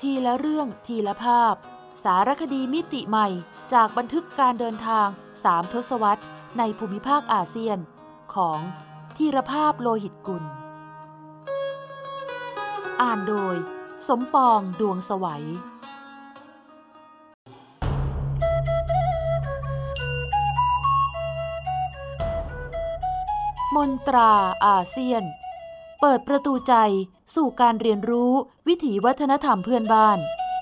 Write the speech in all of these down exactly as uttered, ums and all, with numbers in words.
ทีละเรื่องทีละภาพสารคดีมิติใหม่จากบันทึกการเดินทางสามทศวรรษในภูมิภาคอาเซียนของธีรภาพโลหิตกุลอ่านโดยสมปองดวงสวัยมนตราอาเซียนเปิดประตูใจสู่การเรียนรู้วิถีวัฒนธรรมเพื่อนบ้าน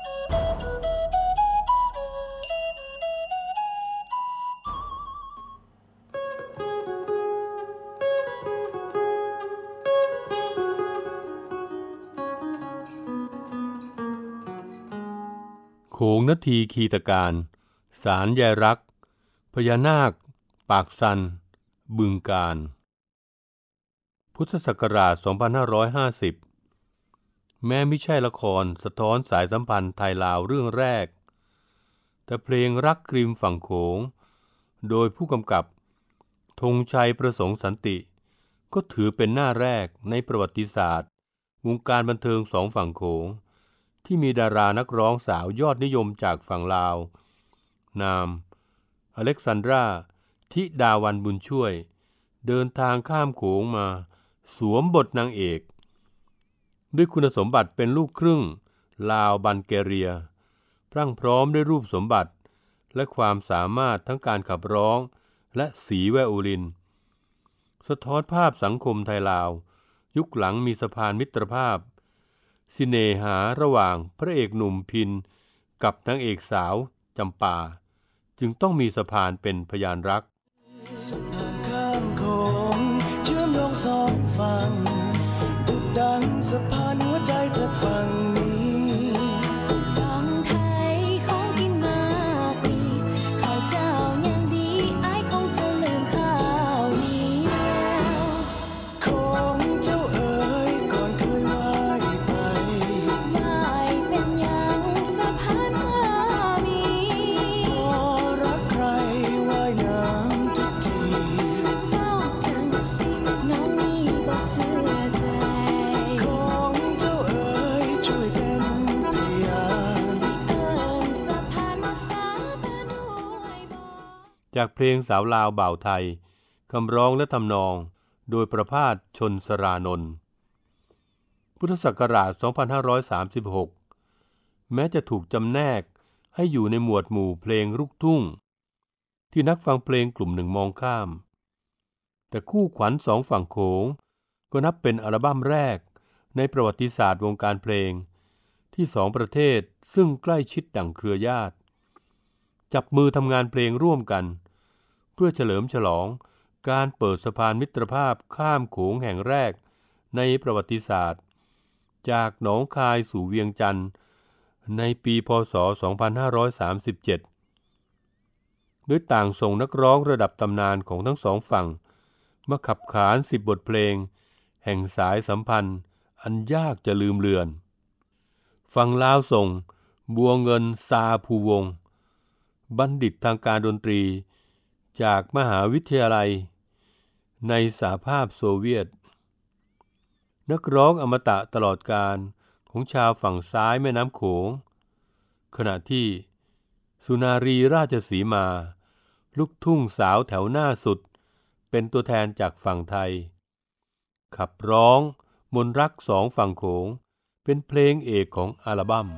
โขงนาทีคีตการสารยายรักพญานาคปากสันบึงกาฬพุทธศักราช สองพันห้าร้อยห้าสิบ แม้ไม่ใช่ละครสะท้อนสายสัมพันธ์ไทยลาวเรื่องแรกแต่เพลงรักริมฝั่งโขงโดยผู้กำกับธงชัยประสงค์สันติก็ถือเป็นหน้าแรกในประวัติศาสตร์วงการบันเทิงสองฝั่งโขงที่มีดารานักร้องสาวยอดนิยมจากฝั่งลาวนามอเล็กซานดราธิดาวันบุญช่วยเดินทางข้ามโขงมาสวมบทนางเอกด้วยคุณสมบัติเป็นลูกครึ่งลาวบัลแกเรียพรั่งพร้อมด้วยรูปสมบัติและความสามารถทั้งการขับร้องและสีไวโอลินสะท้อนภาพสังคมไทยลาวยุคหลังมีสะพานมิตรภาพสิเนหาระหว่างพระเอกหนุ่มพินกับนางเอกสาวจำปาจึงต้องมีสะพานเป็นพยานรักสะพานข้ามโขงเชื่อมโยงสองฝั่งดุจดังสะพานหัวใจจากฝั่งนี้ฝั่งไทยของกินมากปีข้าวเจ้ายังดีไอ้คงจะลืมข้าวเหนียวของเจ้าเอ๋ยก่อนเคยว่ายไปไม่เป็นอย่างสะพานพามีพอรักใครว่ายน้ำทุกทีเฝ้าจังสิน้องนี่บ่เสื่อใจของเจ้าเอ๋ยช่วยเป็นพยานสิเอิ้นสะพานมาสาบานด้วยบ่จากเพลงสาวลาวบ่าวไทยคำร้องและทำนองโดยประภาสชนสรานนท์พุทธศักราช สองพันห้าร้อยสามสิบหก แม้จะถูกจำแนกให้อยู่ในหมวดหมู่เพลงลูกทุ่งที่นักฟังเพลงกลุ่มหนึ่งมองข้ามแต่คู่ขวัญสองฝั่งโขงก็นับเป็นอัลบั้มแรกในประวัติศาสตร์วงการเพลงที่สองประเทศซึ่งใกล้ชิดดั่งเครือญาติจับมือทำงานเพลงร่วมกันเพื่อเฉลิมฉลองการเปิดสะพานมิตรภาพข้ามโขงแห่งแรกในประวัติศาสตร์จากหนองคายสู่เวียงจันทร์ในปีพ.ศ. สองพันห้าร้อยสามสิบเจ็ดด้วยต่างส่งนักร้องระดับตำนานของทั้งสองฝั่งมาขับขานสิบบทเพลงแห่งสายสัมพันธ์อันยากจะลืมเลือนฝั่งลาวส่งบัวเงินซาภูวงศ์บัณฑิตทางการดนตรีจากมหาวิทยาลัยในสหภาพโซเวียตนักร้องอมตะตลอดกาลของชาวฝั่งซ้ายแม่น้ำโขงขณะที่สุนารีราชสีมาลูกทุ่งสาวแถวหน้าสุดเป็นตัวแทนจากฝั่งไทยขับร้องมนต์รักสองฝั่งโขงเป็นเพลงเอกของอัลบั้ม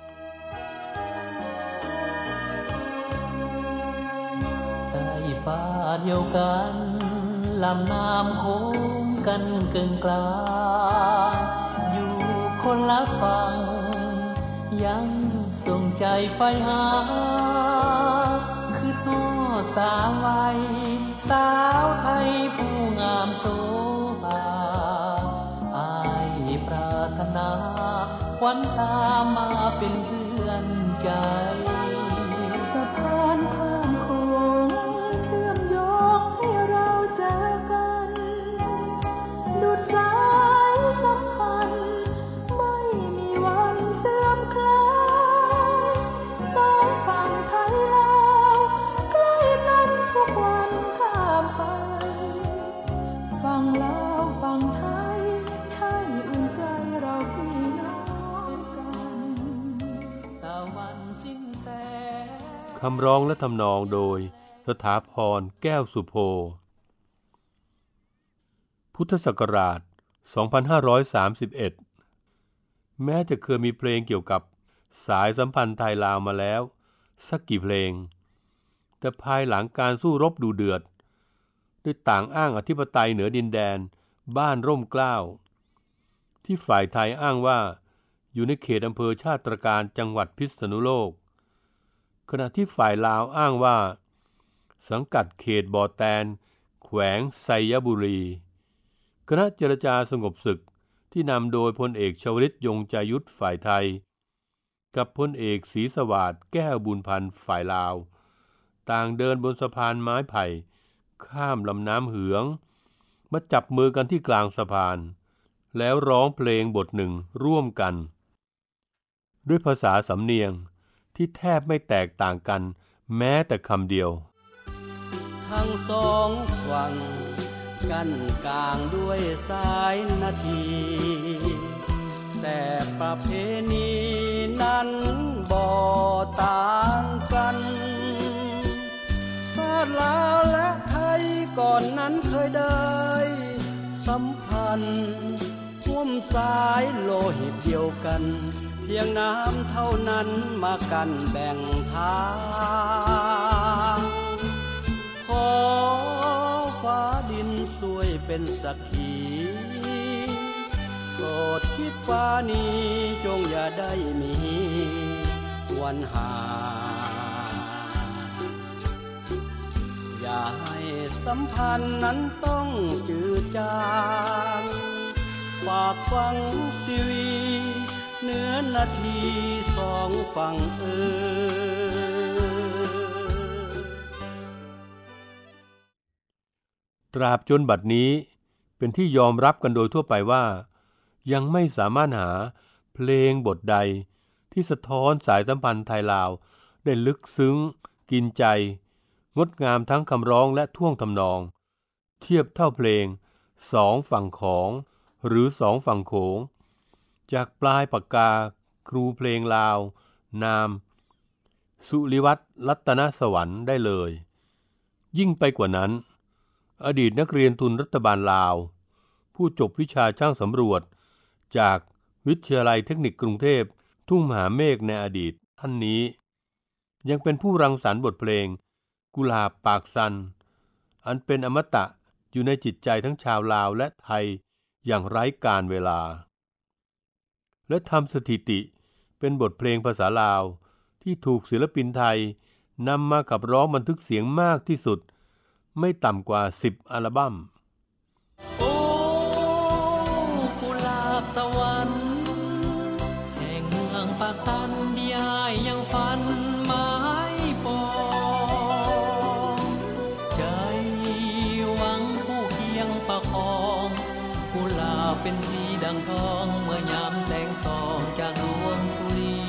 ใต้ฟ้าเดียวกันลำน้ำโขงกันกึ่งกลางอยู่คนละฝั่งยังส่งใจไฟหาคือทอดสาวไว้สาวไทยผู้งามโสภาอายปรารถนาขวัญตามาเป็นเพื่อนใจสะพานข้ามโขงเชื่อมโยงให้เราเจอกันดุจสายสัมพันธ์ไม่มีวันเสื่อมคลายสองฝั่งไทยลาวใกล้กันทุกวันข้ามไปฝั่งลาวฝั่งไทยใช่อื่นไกลเราพี่น้องกันคำร้องและทำนองโดยสถาพรแก้วสุโภพุทธศักราช สองพันห้าร้อยสามสิบเอ็ด แม้จะเคยมีเพลงเกี่ยวกับสายสัมพันธ์ไทยลาวมาแล้วสักกี่เพลงแต่ภายหลังการสู้รบดูเดือดด้วยต่างอ้างอธิปไตยเหนือดินแดนบ้านร่มเกล้าที่ฝ่ายไทยอ้างว่าอยู่ในเขตอำเภอชาติตรการจังหวัดพิษณุโลกขณะที่ฝ่ายลาวอ้างว่าสังกัดเขตบ่อแตนแขวงไซยบุรีคณะเจรจาสงบศึกที่นำโดยพลเอกชวลิตยงใจยุทธฝ่ายไทยกับพลเอกศรีสวัสดิ์แก้วบุญพันธ์ฝ่ายลาวต่างเดินบนสะพานไม้ไผ่ข้ามลำน้ำเหืองมาจับมือกันที่กลางสะพานแล้วร้องเพลงบทหนึ่งร่วมกันด้วยภาษาสำเนียงที่แทบไม่แตกต่างกันแม้แต่คำเดียวทั้งสองฝั่งกันกลางด้วยสายนาทีแต่ประเพณีนั้นบ่ต่างกันชาติลาวและไทยก่อนนั้นเคยได้สัมพันธ์ร่วมสายโลหิตเดียวกันเพียงน้ำเท่านั้นมากันแบ่งทางขอฟ้าดินช่วยเป็นสักขีโปรดคิดฟ้านี้จงอย่าได้มีวันหาอย่าให้สัมพันธ์นั้นต้องจืดจางฝากฟังชีวีเนื้อนาทีสองฝั่งเอ่ยตราบจนบัดนี้เป็นที่ยอมรับกันโดยทั่วไปว่ายังไม่สามารถหาเพลงบทใดที่สะท้อนสายสัมพันธ์ไทยลาวได้ลึกซึ้งกินใจงดงามทั้งคำร้องและท่วงทำนองเทียบเท่าเพลงสองฝั่งของหรือสองฝั่งโขงจากปลายปากกาครูเพลงลาวนามสุริวัฒน์รัตนสวรรค์ได้เลยยิ่งไปกว่านั้นอดีตนักเรียนทุนรัฐบาลลาวผู้จบวิชาช่างสำรวจจากวิทยาลัยเทคนิคกรุงเทพทุ่งมหาเมฆในอดีตท่านนี้ยังเป็นผู้รังสรรค์บทเพลงกุหลาบปากสันอันเป็นอมตะอยู่ในจิตใจทั้งชาวลาวและไทยอย่างไร้กาลเวลาและทำสถิติเป็นบทเพลงภาษาลาวที่ถูกศิลปินไทยนำมาขับร้องบันทึกเสียงมากที่สุดไม่ต่ำกว่าสิบอัลบั้มโอ้กุหลาบสวรรค์แห่งเมืองปากสันที่อ้ายยังฝันหมายปองใจหวังผู้เคียงประคองกุหลาบเป็นสีดังทองเมื่อยามแสงส่องจากดวงสุรี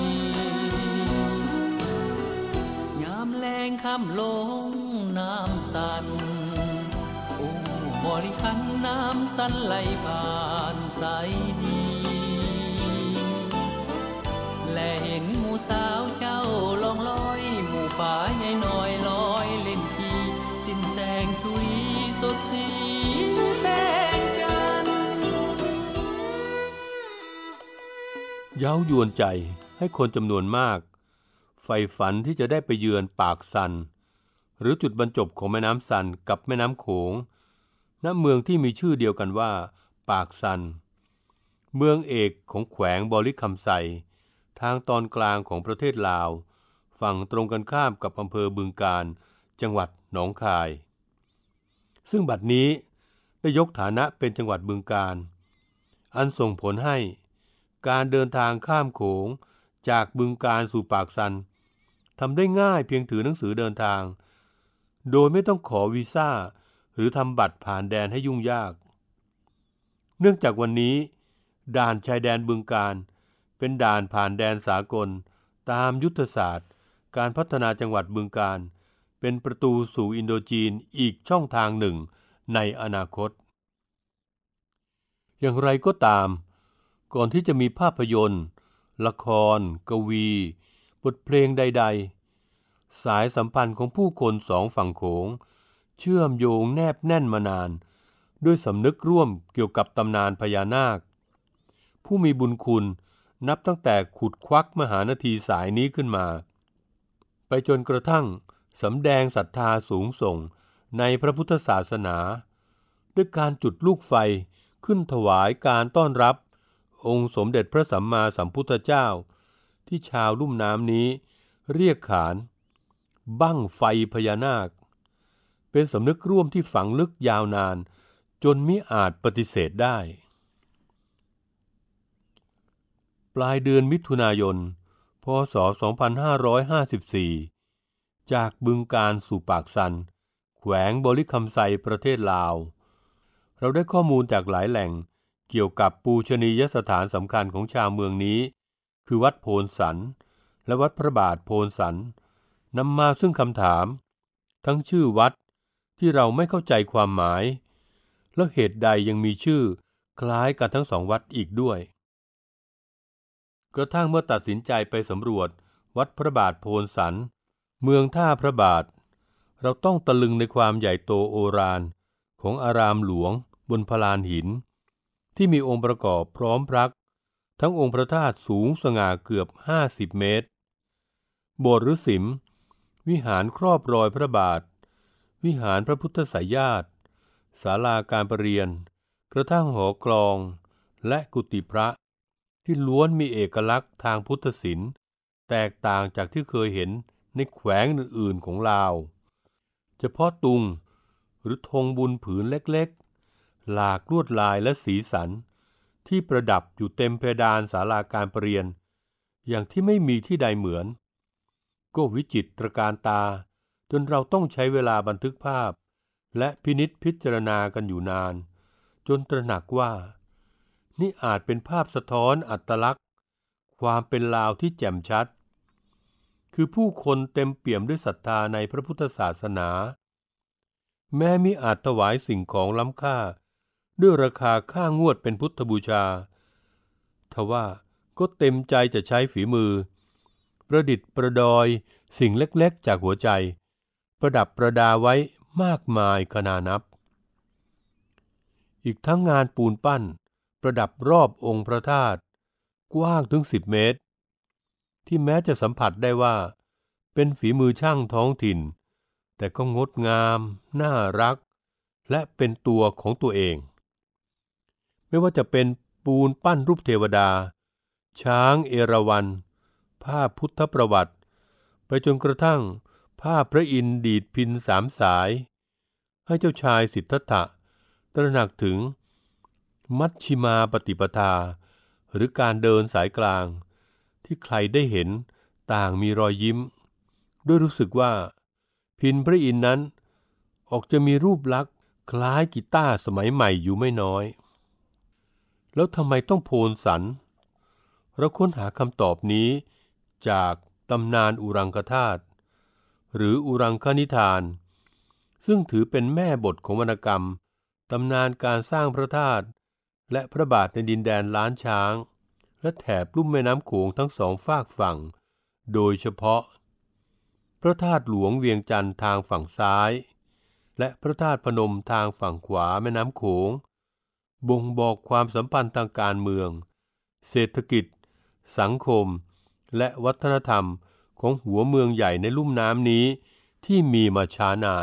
ยามแลงค่ำลงน้ำสันโอ้บริคันน้ำสันไหลผ่านใสดีและเห็นหมู่สาวเจ้าลองลอยหมู่ป่าใหญ่น้อยลอยเล่นพีสิ้นแสงสุรีสดสีแสงจันทร์เย้ายวนใจให้คนจำนวนมากใฝ่ฝันที่จะได้ไปเยือนปากสันหรือจุดบรรจบของแม่น้ำสันกับแม่น้ำโขงณเมืองที่มีชื่อเดียวกันว่าปากสันเมืองเอกของแขวงบริคำไซทางตอนกลางของประเทศลาวฝั่งตรงกันข้ามกับอำเภอบึงกาฬจังหวัดหนองคายซึ่งบัดนี้ได้ยกฐานะเป็นจังหวัดบึงกาฬอันส่งผลให้การเดินทางข้ามโขงจากบึงกาฬสู่ปากสันทำได้ง่ายเพียงถือหนังสือเดินทางโดยไม่ต้องขอวีซ่าหรือทำบัตรผ่านแดนให้ยุ่งยากเนื่องจากวันนี้ด่านชายแดนบึงกาฬเป็นด่านผ่านแดนสากลตามยุทธศาสตร์การพัฒนาจังหวัดบึงกาฬเป็นประตูสู่อินโดจีนอีกช่องทางหนึ่งในอนาคตอย่างไรก็ตามก่อนที่จะมีภาพยนตร์ละครกวีบทเพลงใดๆสายสัมพันธ์ของผู้คนสองฝั่งโขงเชื่อมโยงแนบแน่นมานานด้วยสำนึกร่วมเกี่ยวกับตำนานพญานาคผู้มีบุญคุณนับตั้งแต่ขุดควักมหานาทีสายนี้ขึ้นมาไปจนกระทั่งสำแดงศรัทธาสูงส่งในพระพุทธศาสนาด้วยการจุดลูกไฟขึ้นถวายการต้อนรับองค์สมเด็จพระสัมมาสัมพุทธเจ้าที่ชาวลุ่มน้ำนี้เรียกขานบั้งไฟพญานาคเป็นสำนึกร่วมที่ฝังลึกยาวนานจนมิอาจปฏิเสธได้ปลายเดือนมิถุนายนพ.ศ. สองพันห้าร้อยห้าสิบสี่ จากบึงกาฬสู่ปากสันแขวงบริคำไซประเทศลาวเราได้ข้อมูลจากหลายแหล่งเกี่ยวกับปูชนียสถานสำคัญของชาวเมืองนี้คือวัดโพนสันและวัดพระบาทโพนสันนำมาซึ่งคำถามทั้งชื่อวัดที่เราไม่เข้าใจความหมายและเหตุใดยังมีชื่อคล้ายกันทั้งสองวัดอีกด้วยกระทั่งเมื่อตัดสินใจไปสำรวจวัดพระบาทโพนสันเมืองท่าพระบาทเราต้องตะลึงในความใหญ่โตโอฬารของอารามหลวงบนพลานหินที่มีองค์ประกอบพร้อมพรักทั้งองค์พระธาตุสูงสง่าเกือบห้าสิบเมตรโบสถ์หรือสิมวิหารครอบรอยพระบาทวิหารพระพุทธไสยญาติศาลาการประเรียนกระทั่งหอกลองและกุฏิพระที่ล้วนมีเอกลักษณ์ทางพุทธศิลป์แตกต่างจากที่เคยเห็นในแขวงอื่นๆของลาวเฉพาะตุงหรือธงบุญผืนเล็กๆหลากลวดลายและสีสันที่ประดับอยู่เต็มเพดานศาลาการประเรียนอย่างที่ไม่มีที่ใดเหมือนก็วิจิตรการตาจนเราต้องใช้เวลาบันทึกภาพและพินิจพิจารณากันอยู่นานจนตระหนักว่านี่อาจเป็นภาพสะท้อนอัตลักษณ์ความเป็นลาวที่แจ่มชัดคือผู้คนเต็มเปี่ยมด้วยศรัทธาในพระพุทธศาสนาแม้มิอาจถวายสิ่งของล้ำค่าด้วยราคาค่างวดเป็นพุทธบูชาทว่าก็เต็มใจจะใช้ฝีมือประดิษฐ์ประดอยสิ่งเล็กๆจากหัวใจประดับประดาไว้มากมายขนานับอีกทั้งงานปูนปั้นประดับรอบองค์พระธาตุกว้างถึงสิบเมตรที่แม้จะสัมผัสได้ว่าเป็นฝีมือช่างท้องถิ่นแต่ก็งดงามน่ารักและเป็นตัวของตัวเองไม่ว่าจะเป็นปูนปั้นรูปเทวดาช้างเอราวัณภาพพุทธประวัติไปจนกระทั่งภาพพระอินทร์ดีดพิณสามสายให้เจ้าชายสิทธัตถะตระหนักถึงมัชฌิมาปฏิปทาหรือการเดินสายกลางที่ใครได้เห็นต่างมีรอยยิ้มด้วยรู้สึกว่าพิณพระอินทร์นั้นออกจะมีรูปลักษณ์คล้ายกีตาร์สมัยใหม่อยู่ไม่น้อยแล้วทำไมต้องโพนสันเราค้นหาคำตอบนี้จากตำนานอุรังคธาตุหรืออุรังคนิทานซึ่งถือเป็นแม่บทของวรรณกรรมตำนานการสร้างพระธาตุและพระบาทในดินแดนล้านช้างและแถบลุ่มแม่น้ำโขงทั้งสองฝากฝั่งโดยเฉพาะพระธาตุหลวงเวียงจันทร์ทางฝั่งซ้ายและพระธาตุพนมทางฝั่งขวาแม่น้ำโขงบ่งบอกความสัมพันธ์ทางการเมืองเศรษฐกิจสังคมและวัฒนธรรมของหัวเมืองใหญ่ในลุ่มน้ำนี้ที่มีมาช้านาน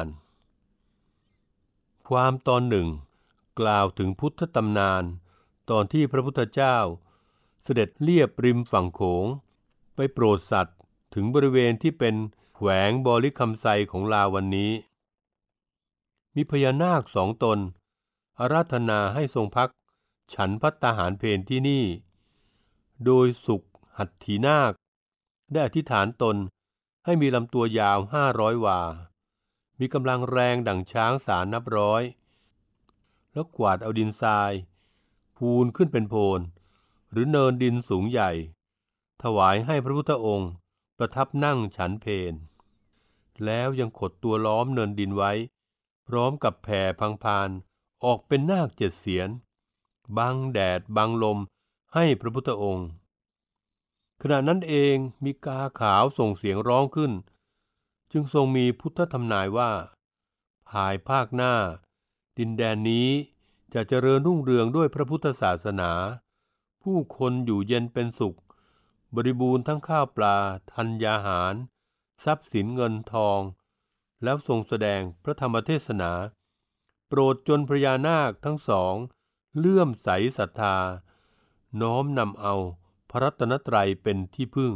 ความตอนหนึ่งกล่าวถึงพุทธตำนานตอนที่พระพุทธเจ้าเสด็จเลียบริมฝั่งโขงไปโปรดสัตว์ถึงบริเวณที่เป็นแขวงบริคำไซของลาววันนี้มีพญานาคสองตนอาราธนาให้ทรงพักฉันภัตตาหารเพลที่นี่โดยสุขหัตถีนาคได้อธิษฐานตนให้มีลำตัวยาวห้าร้อยวามีกำลังแรงดั่งช้างสารนับร้อยแล้วกวาดเอาดินทรายพูนขึ้นเป็นโพนหรือเนินดินสูงใหญ่ถวายให้พระพุทธองค์ประทับนั่งฉันเพลแล้วยังขดตัวล้อมเนินดินไว้พร้อมกับแผ่พังพานออกเป็นนาคเจ็ดเสียนบังแดดบังลมให้พระพุทธองค์ขณะนั้นเองมีกาขาวส่งเสียงร้องขึ้นจึงทรงมีพุทธทำนายว่าภายภาคหน้าดินแดนนี้จะเจริญรุ่งเรืองด้วยพระพุทธศาสนาผู้คนอยู่เย็นเป็นสุขบริบูรณ์ทั้งข้าวปลาธัญญาหารทรัพย์สินเงินทองแล้วทรงแสดงพระธรรมเทศนาโปรดจนพญานาคทั้งสองเลื่อมใสศรัทธาน้อมนำเอาพระรัตนตรัยเป็นที่พึ่ง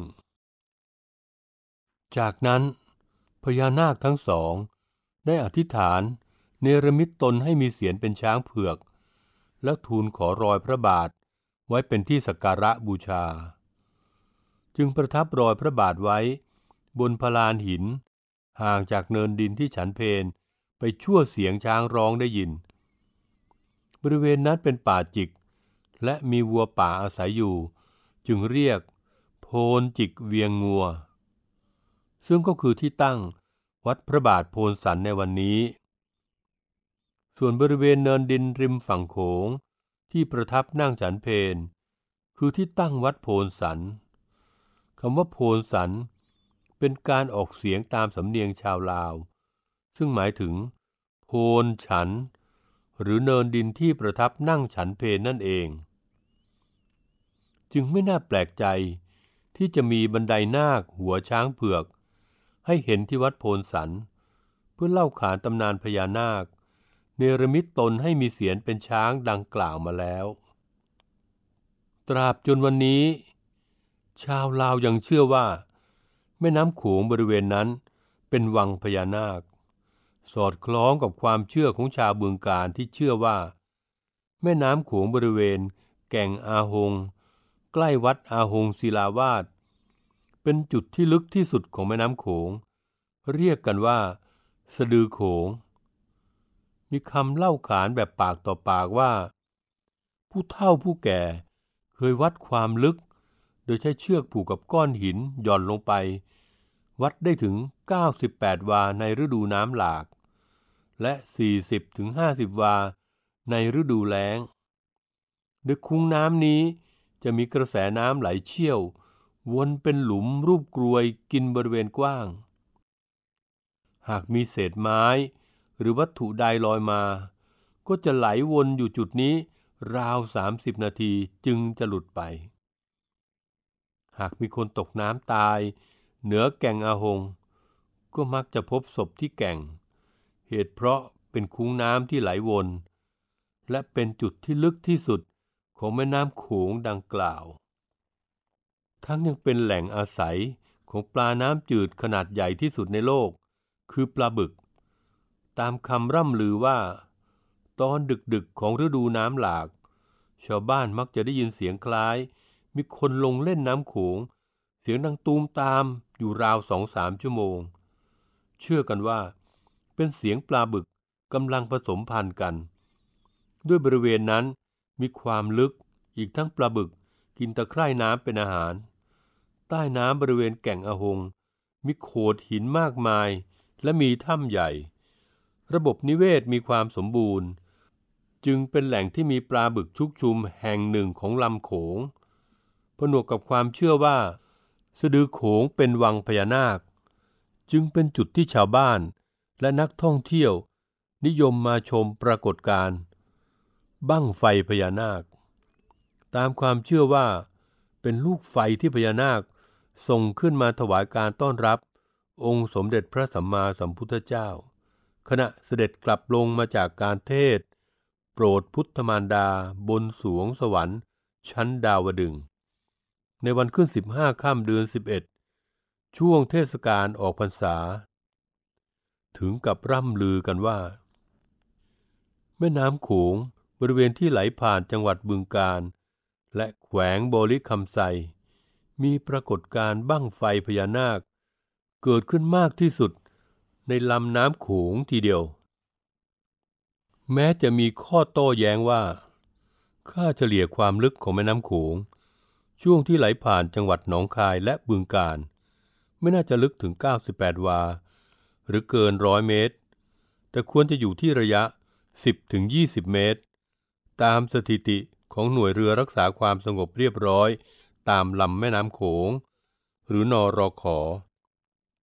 จากนั้นพญานาคทั้งสองได้อธิษฐานเนรมิตตนให้มีเสียรเป็นช้างเผือกแล้วทูลขอรอยพระบาทไว้เป็นที่สักการะบูชาจึงประทับรอยพระบาทไว้บนพลานหินห่างจากเนินดินที่ฉันเพลไปชั่วเสียงช้างร้องได้ยินบริเวณนั้นเป็นป่าจิกและมีวัวป่าอาศัยอยู่จึงเรียกโพนจิกเวียงงัวซึ่งก็คือที่ตั้งวัดพระบาทโพนสันในวันนี้ส่วนบริเวณเนินดินริมฝั่งโขงที่ประทับนั่งฉันเพลคือที่ตั้งวัดโพนสันคำว่าโพนสันเป็นการออกเสียงตามสำเนียงชาวลาวซึ่งหมายถึงโพนฉันหรือเนินดินที่ประทับนั่งฉันเพลนั่นเองจึงไม่น่าแปลกใจที่จะมีบันไดนาคหัวช้างเผือกให้เห็นที่วัดโพนสันเพื่อเล่าขานตำนานพญานาคเนรมิตตนให้มีเสียรเป็นช้างดังกล่าวมาแล้วตราบจนวันนี้ชาวลาวยังเชื่อว่าแม่น้ำโขงบริเวณนั้นเป็นวังพญานาคสอดคล้องกับความเชื่อของชาวบึงกาฬที่เชื่อว่าแม่น้ำโขงบริเวณแก่งอาหงใกล้วัดอาหงศิลาวาสเป็นจุดที่ลึกที่สุดของแม่น้ำโขงเรียกกันว่าสะดือโขงมีคำเล่าขานแบบปากต่อปากว่าผู้เฒ่าผู้แก่เคยวัดความลึกโดยใช้เชือกผูกกับก้อนหินหย่อนลงไปวัดได้ถึงเก้าสิบแปดวาในฤดูน้ำหลากและ สี่สิบถึงห้าสิบ วาในฤดูแล้งโดยคุ้งน้ำนี้จะมีกระแสน้ำไหลเชี่ยววนเป็นหลุมรูปกรวยกินบริเวณกว้างหากมีเศษไม้หรือวัตถุใดลอยมาก็จะไหลวนอยู่จุดนี้ราวสามสิบนาทีจึงจะหลุดไปหากมีคนตกน้ำตายเหนือแก่งอาหงก็มักจะพบศพที่แก่งเหตุเพราะเป็นคุ้งน้ำที่ไหลวนและเป็นจุดที่ลึกที่สุดของแม่น้ำโขงดังกล่าวทั้งยังเป็นแหล่งอาศัยของปลาน้ำจืดขนาดใหญ่ที่สุดในโลกคือปลาบึกตามคำร่ำลือว่าตอนดึกๆของฤดูน้ำหลากชาวบ้านมักจะได้ยินเสียงคล้ายมีคนลงเล่นน้ำโขงเสียงดังตูมตามอยู่ราวสองสามชั่วโมงเชื่อกันว่าเป็นเสียงปลาบึกกำลังผสมพันธุ์กันด้วยบริเวณนั้นมีความลึกอีกทั้งปลาบึกกินตะไคร่น้ำเป็นอาหารใต้น้ำบริเวณแก่งอาหงมีโขดหินมากมายและมีถ้ำใหญ่ระบบนิเวศมีความสมบูรณ์จึงเป็นแหล่งที่มีปลาบึกชุกชุมแห่งหนึ่งของลำโขงผนวกกับความเชื่อว่าสะดือโขงเป็นวังพญานาคจึงเป็นจุดที่ชาวบ้านและนักท่องเที่ยวนิยมมาชมปรากฏการณ์บั้งไฟพญานาคตามความเชื่อว่าเป็นลูกไฟที่พญานาคส่งขึ้นมาถวายการต้อนรับองค์สมเด็จพระสัมมาสัมพุทธเจ้าขณะเสด็จกลับลงมาจากการเทศน์โปรดพุทธมารดาบนสวงสวรรค์ชั้นดาวดึงส์ในวันขึ้นสิบห้าค่ำเดือนสิบเอ็ดช่วงเทศกาลออกพรรษาถึงกับร่ำลือกันว่าแม่น้ำโขงบริเวณที่ไหลผ่านจังหวัดบึงกาฬและแขวงโบลิคำไซมีปรากฏการณ์บั้งไฟพญานาคเกิดขึ้นมากที่สุดในลำน้ำโขงทีเดียวแม้จะมีข้อโต้แย้งว่าค่าเฉลี่ยความลึกของแม่น้ำโขงช่วงที่ไหลผ่านจังหวัดหนองคายและบึงกาฬไม่น่าจะลึกถึงเก้าสิบแปดวาหรือเกินร้อยเมตรแต่ควรจะอยู่ที่ระยะ สิบถึงยี่สิบ เมตรตามสถิติของหน่วยเรือรักษาความสงบเรียบร้อยตามลำแม่น้ำโขงหรือนรข.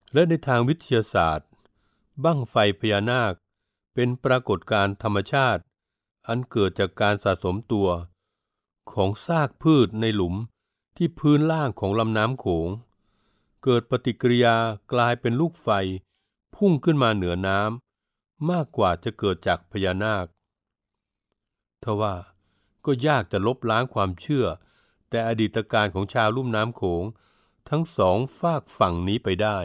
และในทางวิทยาศาสตร์บั้งไฟพญานาคเป็นปรากฏการณ์ธรรมชาติอันเกิดจากการสะสมตัวของซากพืชในหลุมที่พื้นล่างของลำน้ำโขงเกิดปฏิกิริยากลายเป็นลูกไฟพุ่งขึ้นมาเหนือน้ำมากกว่าจะเกิดจากพญานาคทว่าก็ยากจะลบล้างความเชื่อแต่อดีตการของชาวลุ่มน้ำโขงทั้งสองฝากฝั่งนี้ไปได้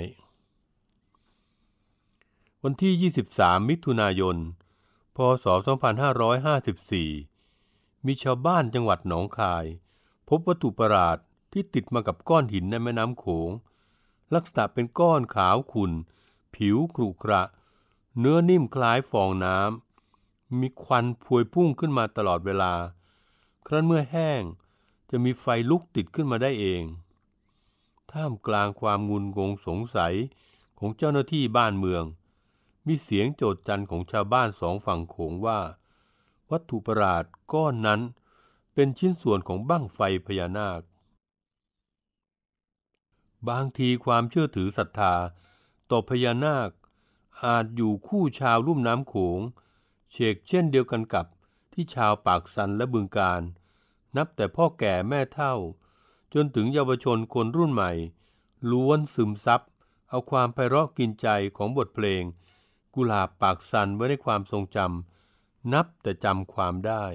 วันที่ยี่สิบสามมิถุนายนพ.ศ. สองพันห้าร้อยห้าสิบสี่มีชาวบ้านจังหวัดหนองคายพบวัตถุประหลาดที่ติดมากับก้อนหินในแม่น้ำโขงลักษณะเป็นก้อนขาวขุ่นผิวกรุขระเนื้อนิ่มคล้ายฟองน้ำมีควันพวยพุ่งขึ้นมาตลอดเวลาครั้นเมื่อแห้งจะมีไฟลุกติดขึ้นมาได้เองท่ามกลางความงุนงงสงสัยของเจ้าหน้าที่บ้านเมืองมีเสียงโจษจันของชาวบ้านสองฝั่งโขงว่าวัตถุประหลาดก้อนนั้นเป็นชิ้นส่วนของบั้งไฟพญานาคบางทีความเชื่อถือศรัทธาต่อพญานาคอาจอยู่คู่ชาวลุ่มน้ำโขงเชกเช่นเดียวกันกับที่ชาวปากสันและบึงกาฬนับแต่พ่อแก่แม่เฒ่าจนถึงเยาวชนคนรุ่นใหม่ล้วนซึมซับเอาความไพเราะกินใจของบทเพลงกุหลาบปากสันไว้ในความทรงจำนับแต่จำความได้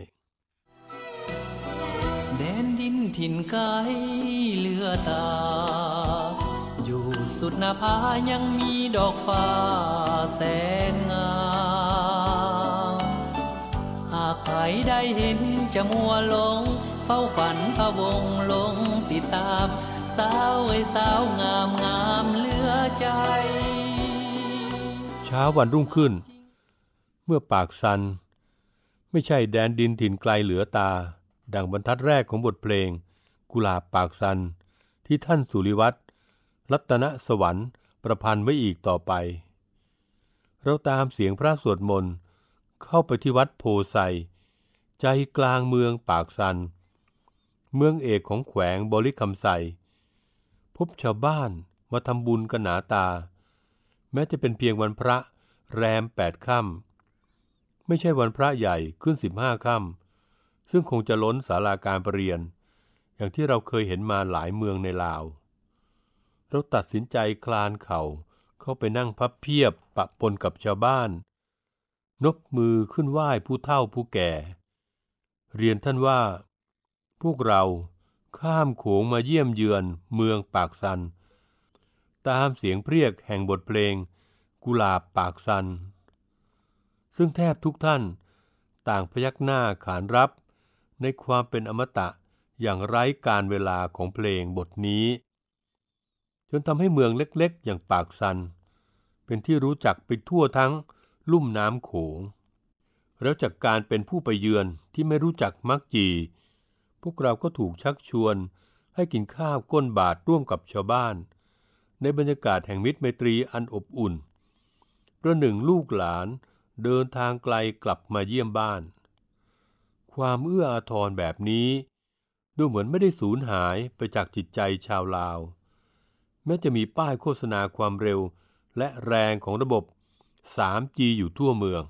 แดนดินถิ่นไกลเลือตาอยู่สุดหน้าผายังมีดอกฟ้าแสนงามหากใครได้เห็นจะมัวหลงเฝ้าฝันพะวงลงติดตามสาวไอ้สาวงามงามเหลือใจเช้าวันรุ่งขึ้นเมื่อปากสันไม่ใช่แดนดินถิ่นไกลเหลือตาดังบรรทัดแรกของบทเพลงกุหลาบปากสันที่ท่านสุริวัฒน์รัตนสวรรค์ประพันธ์ไว้อีกต่อไปเราตามเสียงพระสวดมนต์เข้าไปที่วัดโพไซใจกลางเมืองปากสันเมืองเอกของแขวงบริคำไซพบชาวบ้านมาทำบุญกันหนาตาแม้จะเป็นเพียงวันพระแรมแปดค่ำไม่ใช่วันพระใหญ่ขึ้นสิบห้าค่ำซึ่งคงจะล้นศาลาการประเรียนอย่างที่เราเคยเห็นมาหลายเมืองในลาวเราตัดสินใจคลานเข่าเข้าไปนั่งพับเพียบปะปนกับชาวบ้านนบมือขึ้นไหว้ผู้เฒ่าผู้แก่เรียนท่านว่าพวกเราข้ามโขงมาเยี่ยมเยือนเมืองปากสันตามเสียงเพรียกแห่งบทเพลงกุหลาบปากสันซึ่งแทบทุกท่านต่างพยักหน้าขานรับในความเป็นอมตะอย่างไร้การเวลาของเพลงบทนี้จนทำให้เมืองเล็กๆอย่างปากสันเป็นที่รู้จักไปทั่วทั้งลุ่มน้ำโขงแล้วจากการเป็นผู้ไปเยือนที่ไม่รู้จักมักจีพวกเราก็ถูกชักชวนให้กินข้าวก้นบาตรร่วมกับชาวบ้านในบรรยากาศแห่งมิตรไมตรีอันอบอุ่นประหนึ่งลูกหลานเดินทางไกลกลับมาเยี่ยมบ้านความเอื้ออาทรแบบนี้ดูเหมือนไม่ได้สูญหายไปจากจิตใจชาวลาวแม้จะมีป้ายโฆษณาความเร็วและแรงของระบบ สามจี อยู่ทั่วเมือง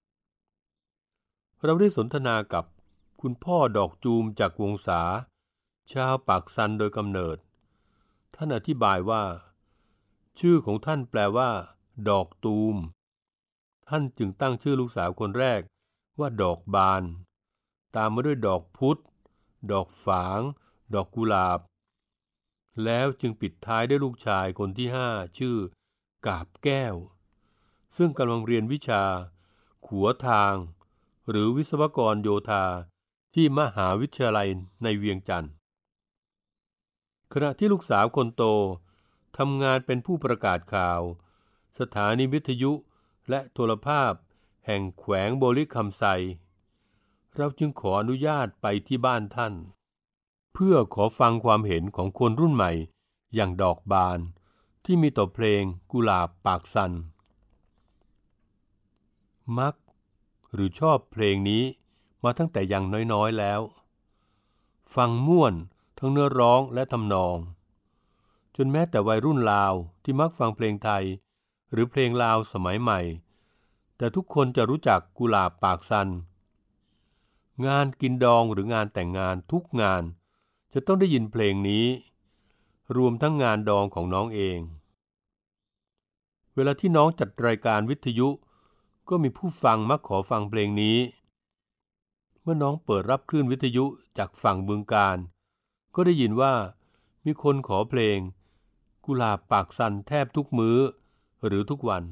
เราได้สนทนากับคุณพ่อดอกจูมจากวงศาชาวปากสันโดยกำเนิดท่านอธิบายว่าชื่อของท่านแปลว่าดอกตูมท่านจึงตั้งชื่อลูกสาวคนแรกว่าดอกบานตามมาด้วยดอกพุธดอกฝางดอกกุหลาบแล้วจึงปิดท้ายด้วยลูกชายคนที่ห้าชื่อกาบแก้วซึ่งกำลังเรียนวิชาขัวทางหรือวิศวกรโยธาที่มหาวิทยาลัยในเวียงจันทร์ขณะที่ลูกสาวคนโตทำงานเป็นผู้ประกาศข่าวสถานีวิทยุและโทรภาพแห่งแขวงบริคำไซเราจึงขออนุญาตไปที่บ้านท่านเพื่อขอฟังความเห็นของคนรุ่นใหม่อย่างดอกบานที่มีต่อเพลงกุหลาบปากสันมักหรือชอบเพลงนี้มาตั้งแต่ยังน้อยๆแล้วฟังม่วนทั้งเนื้อร้องและทำนองจนแม้แต่วัยรุ่นลาวที่มักฟังเพลงไทยหรือเพลงลาวสมัยใหม่แต่ทุกคนจะรู้จักกุหลาบปากซันงานกินดองหรืองานแต่งงานทุกงานจะต้องได้ยินเพลงนี้รวมทั้งงานดองของน้องเองเวลาที่น้องจัดรายการวิทยุก็มีผู้ฟังมักขอฟังเพลงนี้เมื่อน้องเปิดรับคลื่นวิทยุจากฝั่งบึงกาฬก็ได้ยินว่ามีคนขอเพลงกุหลาบปากซันแทบทุกมื้อหรือทุกวัน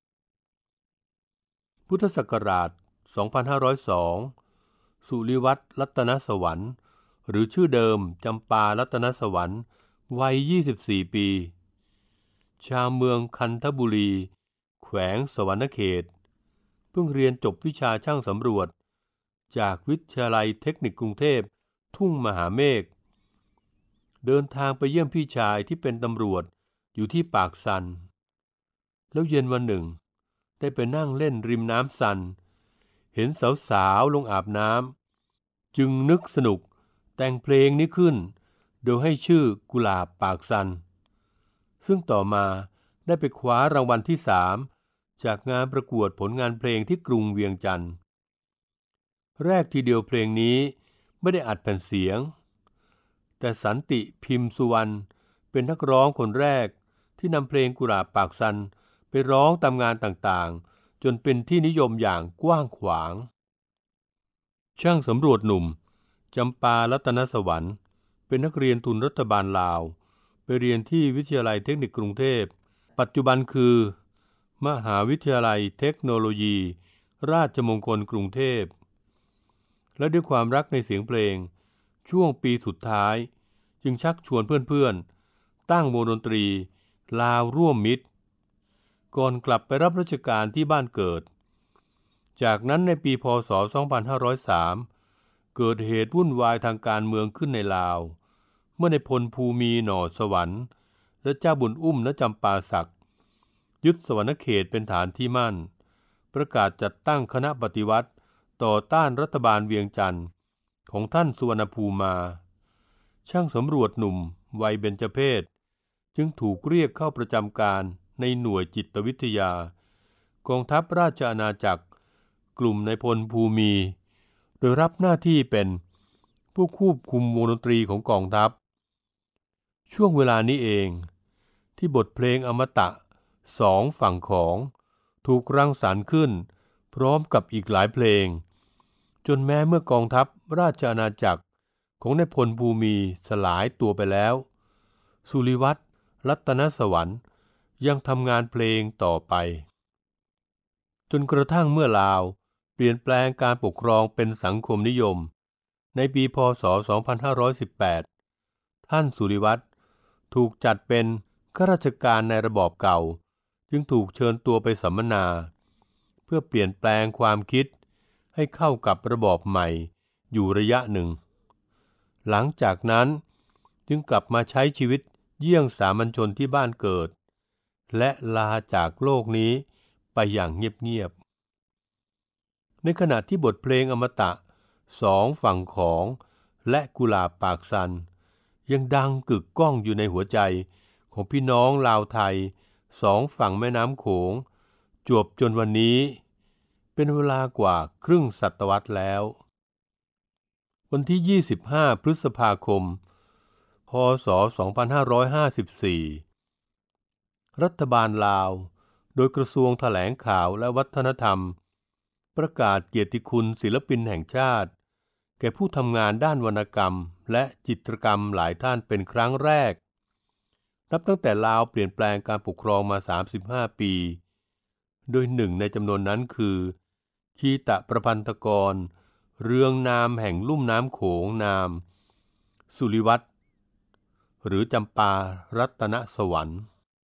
พุทธศักราช สองพันห้าร้อยสอง สุริวัฒน์รัตนสวรรค์หรือชื่อเดิมจำปารัตนสวรรค์วัย ยี่สิบสี่ ปีชาวเมืองคันธบุรีแขวงสวรรณเขตเพิ่งเรียนจบวิชาช่างสำรวจจากวิทยาลัยเทคนิคกรุงเทพทุ่งมหาเมฆเดินทางไปเยี่ยมพี่ชายที่เป็นตำรวจอยู่ที่ปากซันแล้วเย็นวันหนึ่งได้ไปนั่งเล่นริมน้ำซันเห็นสาวๆลงอาบน้ำจึงนึกสนุกแต่งเพลงนี้ขึ้นโดยให้ชื่อกุหลาบปากซันซึ่งต่อมาได้ไปคว้ารางวัลที่สามจากงานประกวดผลงานเพลงที่กรุงเวียงจันทร์แรกทีเดียวเพลงนี้ไม่ได้อัดแผ่นเสียงแต่สันติพิมพ์สุวรรณเป็นนักร้องคนแรกที่นำเพลงกุหลาบปากซันไปร้องตามงานต่างๆจนเป็นที่นิยมอย่างกว้างขวางช่างสำรวจหนุ่มจำปารัตนสวรรค์เป็นนักเรียนทุนรัฐบาลลาวไปเรียนที่วิทยาลัยเทคนิคกรุงเทพปัจจุบันคือมหาวิทยาลัยเทคโนโลยีราชมงคลกรุงเทพและด้วยความรักในเสียงเพลงช่วงปีสุดท้ายจึงชักชวนเพื่อนๆตั้งวงดนตรีลาวร่วมมิตรก่อนกลับไปรับราชการที่บ้านเกิดจากนั้นในปีพ.ศ. สองพันห้าร้อยสามเกิดเหตุวุ่นวายทางการเมืองขึ้นในลาวเมื่อในพลภูมิหน่อสวรรค์และเจ้าบุญอุ้มณจำปาสักยึดสวรรณเขตเป็นฐานที่มั่นประกาศจัดตั้งคณะปฏิวัติต่อต้านรัฐบาลเวียงจันทร์ของท่านสุวรรณภูมิมาช่างสำรวจหนุ่มวัยเบญจเพสจึงถูกเรียกเข้าประจำการในหน่วยจิตวิทยากองทัพราชอาณาจักรกลุ่มนายพลภูมิโดยรับหน้าที่เป็นผู้ควบคุมวงดนตรีของกองทัพช่วงเวลานี้เองที่บทเพลงอมตะสองฝั่งของถูกรังสรรค์ขึ้นพร้อมกับอีกหลายเพลงจนแม้เมื่อกองทัพราชอาณาจักรของนายพลภูมิสลายตัวไปแล้วสุริวัฒน์รัตนสวรรค์ยังทำงานเพลงต่อไปจนกระทั่งเมื่อลาวเปลี่ยนแปลงการปกครองเป็นสังคมนิยมในปีพ.ศ. สองพันห้าร้อยสิบแปดท่านสุริวัฒน์ถูกจัดเป็นข้าราชการในระบอบเก่าจึงถูกเชิญตัวไปสัมมนาเพื่อเปลี่ยนแปลงความคิดให้เข้ากับระบอบใหม่อยู่ระยะหนึ่งหลังจากนั้นจึงกลับมาใช้ชีวิตเยี่ยงสามัญชนที่บ้านเกิดและลาจากโลกนี้ไปอย่างเงียบๆในขณะที่บทเพลงอมตะสองฝั่งของและกุหลาบปากซันยังดังกึกก้องอยู่ในหัวใจของพี่น้องลาวไทยสองฝั่งแม่น้ำโขงจวบจนวันนี้เป็นเวลากว่าครึ่งศตวรรษแล้ววันที่ยี่สิบห้าพฤษภาคมพ.ศ. สองพันห้าร้อยห้าสิบสี่รัฐบาลลาวโดยกระทรวงแถลงข่าวและวัฒนธรรมประกาศเกียรติคุณศิลปินแห่งชาติแก่ผู้ทำงานด้านวรรณกรรมและจิตรกรรมหลายท่านเป็นครั้งแรกนับตั้งแต่ลาวเปลี่ยนแปลงการปกครองมาสามสิบห้าปีโดยหนึ่งในจำนวนนั้นคือคีตะประพันธกรเรืองนามแห่งลุ่มน้ำโขงนามสุริวัฒน์หรือจำปารัตนสวรรค์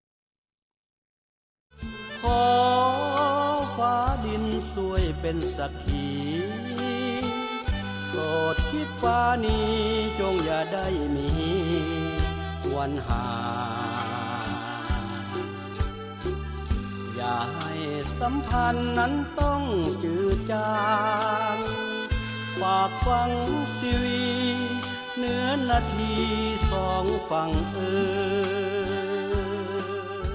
ขอฟ้าดินช่วยเป็นสักขีโปรดคิดฟ้านี้จงอย่าได้มีวันหาอย่าให้สัมพันธ์นั้นต้องจืดจางฝากฟังชีวีเนื้อนนาทีสองฝั่งเอ่ย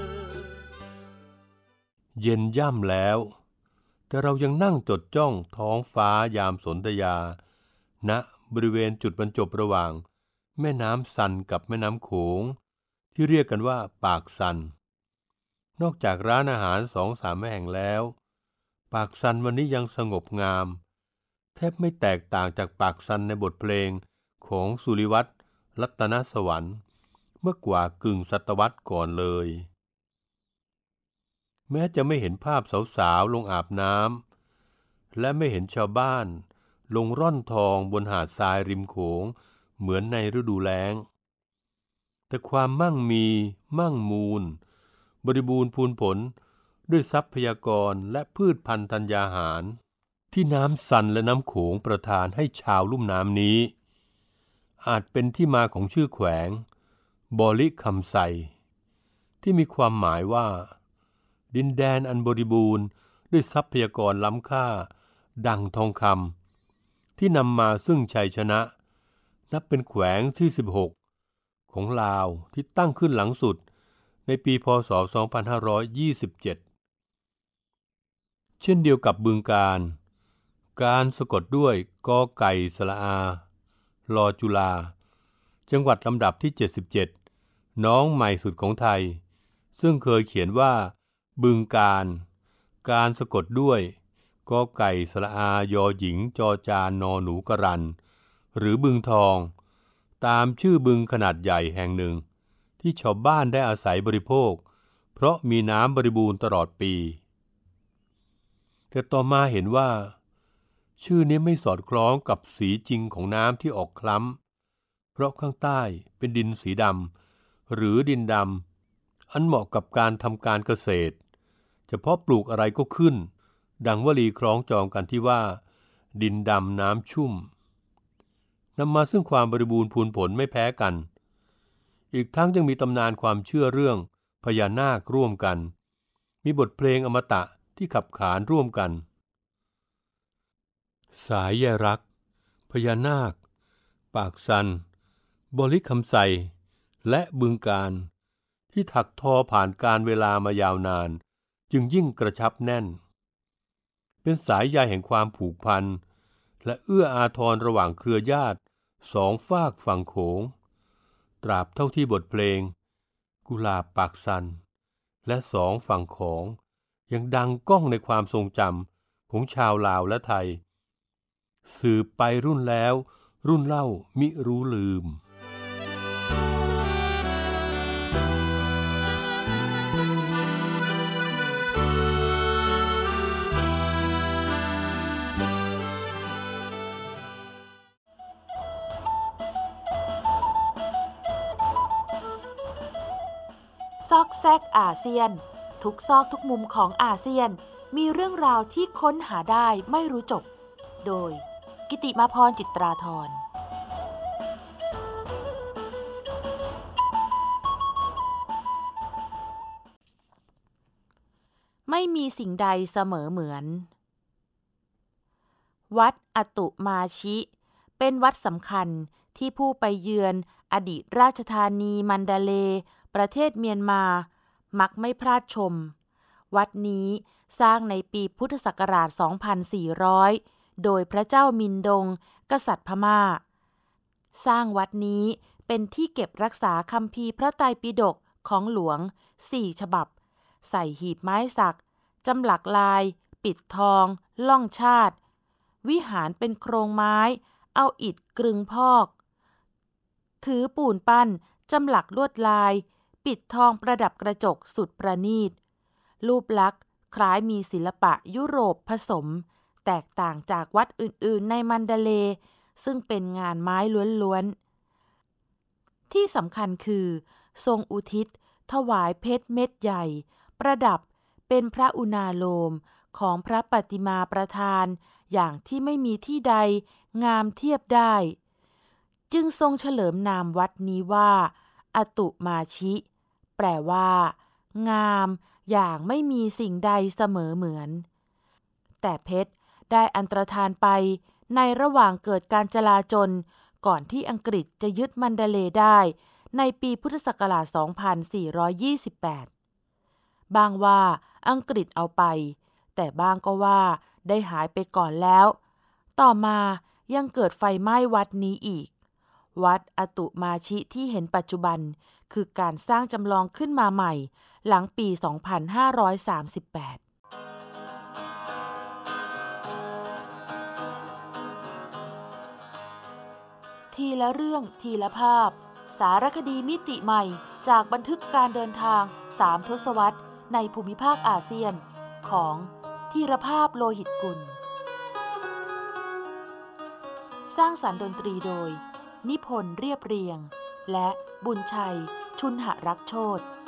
เย็นย่ำแล้วแต่เรายังนั่งจดจ้องท้องฟ้ายามสนธยาณบริเวณจุดบรรจบระหว่างแม่น้ำซันกับแม่น้ำโขงที่เรียกกันว่าปากซันนอกจากร้านอาหารสองสามแห่งแล้วปากซันวันนี้ยังสงบงามแทบไม่แตกต่างจากปากซันในบทเพลงของสุริวัฒน์รัตนสวรรค์เมื่อกว่ากึ่งศตวรรษก่อนเลยแม้จะไม่เห็นภาพสาวๆลงอาบน้ำและไม่เห็นชาวบ้านลงร่อนทองบนหาดทรายริมโขงเหมือนในฤดูแล้งแต่ความมั่งมีมั่งมูลบริบูรณ์พูนผลด้วยทรัพยากรและพืชพันธุ์ธัญญาหารที่น้ำซันและน้ำโขงประทานให้ชาวลุ่มน้ำนี้อาจเป็นที่มาของชื่อแขวงบอลิคำไซที่มีความหมายว่าดินแดนอันบริบูรณ์ด้วยทรัพยากรล้ำค่าดังทองคำที่นำมาซึ่งชัยชนะนับเป็นแขวงที่สิบหกของลาวที่ตั้งขึ้นหลังสุดในปีพ.ศ. สองพันห้าร้อยยี่สิบเจ็ดเช่นเดียวกับบึงกาฬการสะกดด้วยกอไก่สระอาลอจุฬาจังหวัดลำดับที่เจ็ดสิบเจ็ดน้องใหม่สุดของไทยซึ่งเคยเขียนว่าบึงกาฬการสะกดด้วยกอไก่สระอายอหญิงจอจานนอหนูกรันหรือบึงทองตามชื่อบึงขนาดใหญ่แห่งหนึ่งที่ชาวบ้านได้อาศัยบริโภคเพราะมีน้ำบริบูรณ์ตลอดปีแต่ต่อมาเห็นว่าชื่อนี้ไม่สอดคล้องกับสีจริงของน้ำที่ออกคล้ำเพราะข้างใต้เป็นดินสีดำหรือดินดำอันเหมาะกับการทำการเกษตรเฉพาะปลูกอะไรก็ขึ้นดังวลีคล้องจองกันที่ว่าดินดำน้ำชุ่มนำมาซึ่งความบริบูรณ์พูนผลไม่แพ้กันอีกทั้งยังมีตำนานความเชื่อเรื่องพญานาคร่วมกันมีบทเพลงอมตะที่ขับขานร่วมกันสายแยรักพญานาคปากซันบอลิคำไซและบึงกาฬที่ถักทอผ่านการเวลามายาวนานจึงยิ่งกระชับแน่นเป็นสายใยแห่งความผูกพันและเอื้ออาทรระหว่างเครือญาติสองฝากฝั่งโขงตราบเท่าที่บทเพลงกุหลาบปากซันและสองฝั่งของยังดังก้องในความทรงจำของชาวลาวและไทยสืบไปรุ่นแล้วรุ่นเล่ามิรู้ลืมซอกแซกอาเซียนทุกซอกทุกมุมของอาเซียนมีเรื่องราวที่ค้นหาได้ไม่รู้จบโดยกิติมาพรจิตราธรไม่มีสิ่งใดเสมอเหมือนวัดอตุมาชิเป็นวัดสำคัญที่ผู้ไปเยือนอดีตราชธานีมันดาเลย์ประเทศเมียนมามักไม่พลาดชมวัดนี้สร้างในปีพุทธศักราช สองพันสี่ร้อย โดยพระเจ้ามินดงกษัตริย์พม่าสร้างวัดนี้เป็นที่เก็บรักษาคัมภีร์พระไตรปิฎกของหลวงสี่ฉบับใส่หีบไม้สักจำหลักลายปิดทองล่องชาติวิหารเป็นโครงไม้เอาอิฐกรึงพอกถือปูนปั้นจำหลักลวดลายปิดทองประดับกระจกสุดประณีตรูปลักษณ์คล้ายมีศิลปะยุโรปผสมแตกต่างจากวัดอื่นๆในมันดาเลย์ซึ่งเป็นงานไม้ล้วนๆที่สำคัญคือทรงอุทิศถวายเพชรเม็ดใหญ่ประดับเป็นพระอุณาโลมของพระปฏิมาประธานอย่างที่ไม่มีที่ใดงามเทียบได้จึงทรงเฉลิมนามวัดนี้ว่าอตุมาชิแปลว่างามอย่างไม่มีสิ่งใดเสมอเหมือนแต่เพชรได้อันตรธานไปในระหว่างเกิดการจลาจลก่อนที่อังกฤษจะยึดมันดาเลย์ได้ในปีพุทธศักราช สองพันสี่ร้อยยี่สิบแปด บางว่าอังกฤษเอาไปแต่บางก็ว่าได้หายไปก่อนแล้วต่อมายังเกิดไฟไหม้วัดนี้อีกวัดอตุมาชิที่เห็นปัจจุบันคือการสร้างจำลองขึ้นมาใหม่หลังปี สองพันห้าร้อยสามสิบแปด ทีละเรื่องทีละภาพสารคดีมิติใหม่จากบันทึกการเดินทางสามทศวรรษในภูมิภาคอาเซียนของธีรภาพโลหิตกุลสร้างสรรค์ดนตรีโดยนิพนธ์เรียบเรียงและบุญชัยชุนหรักโชติ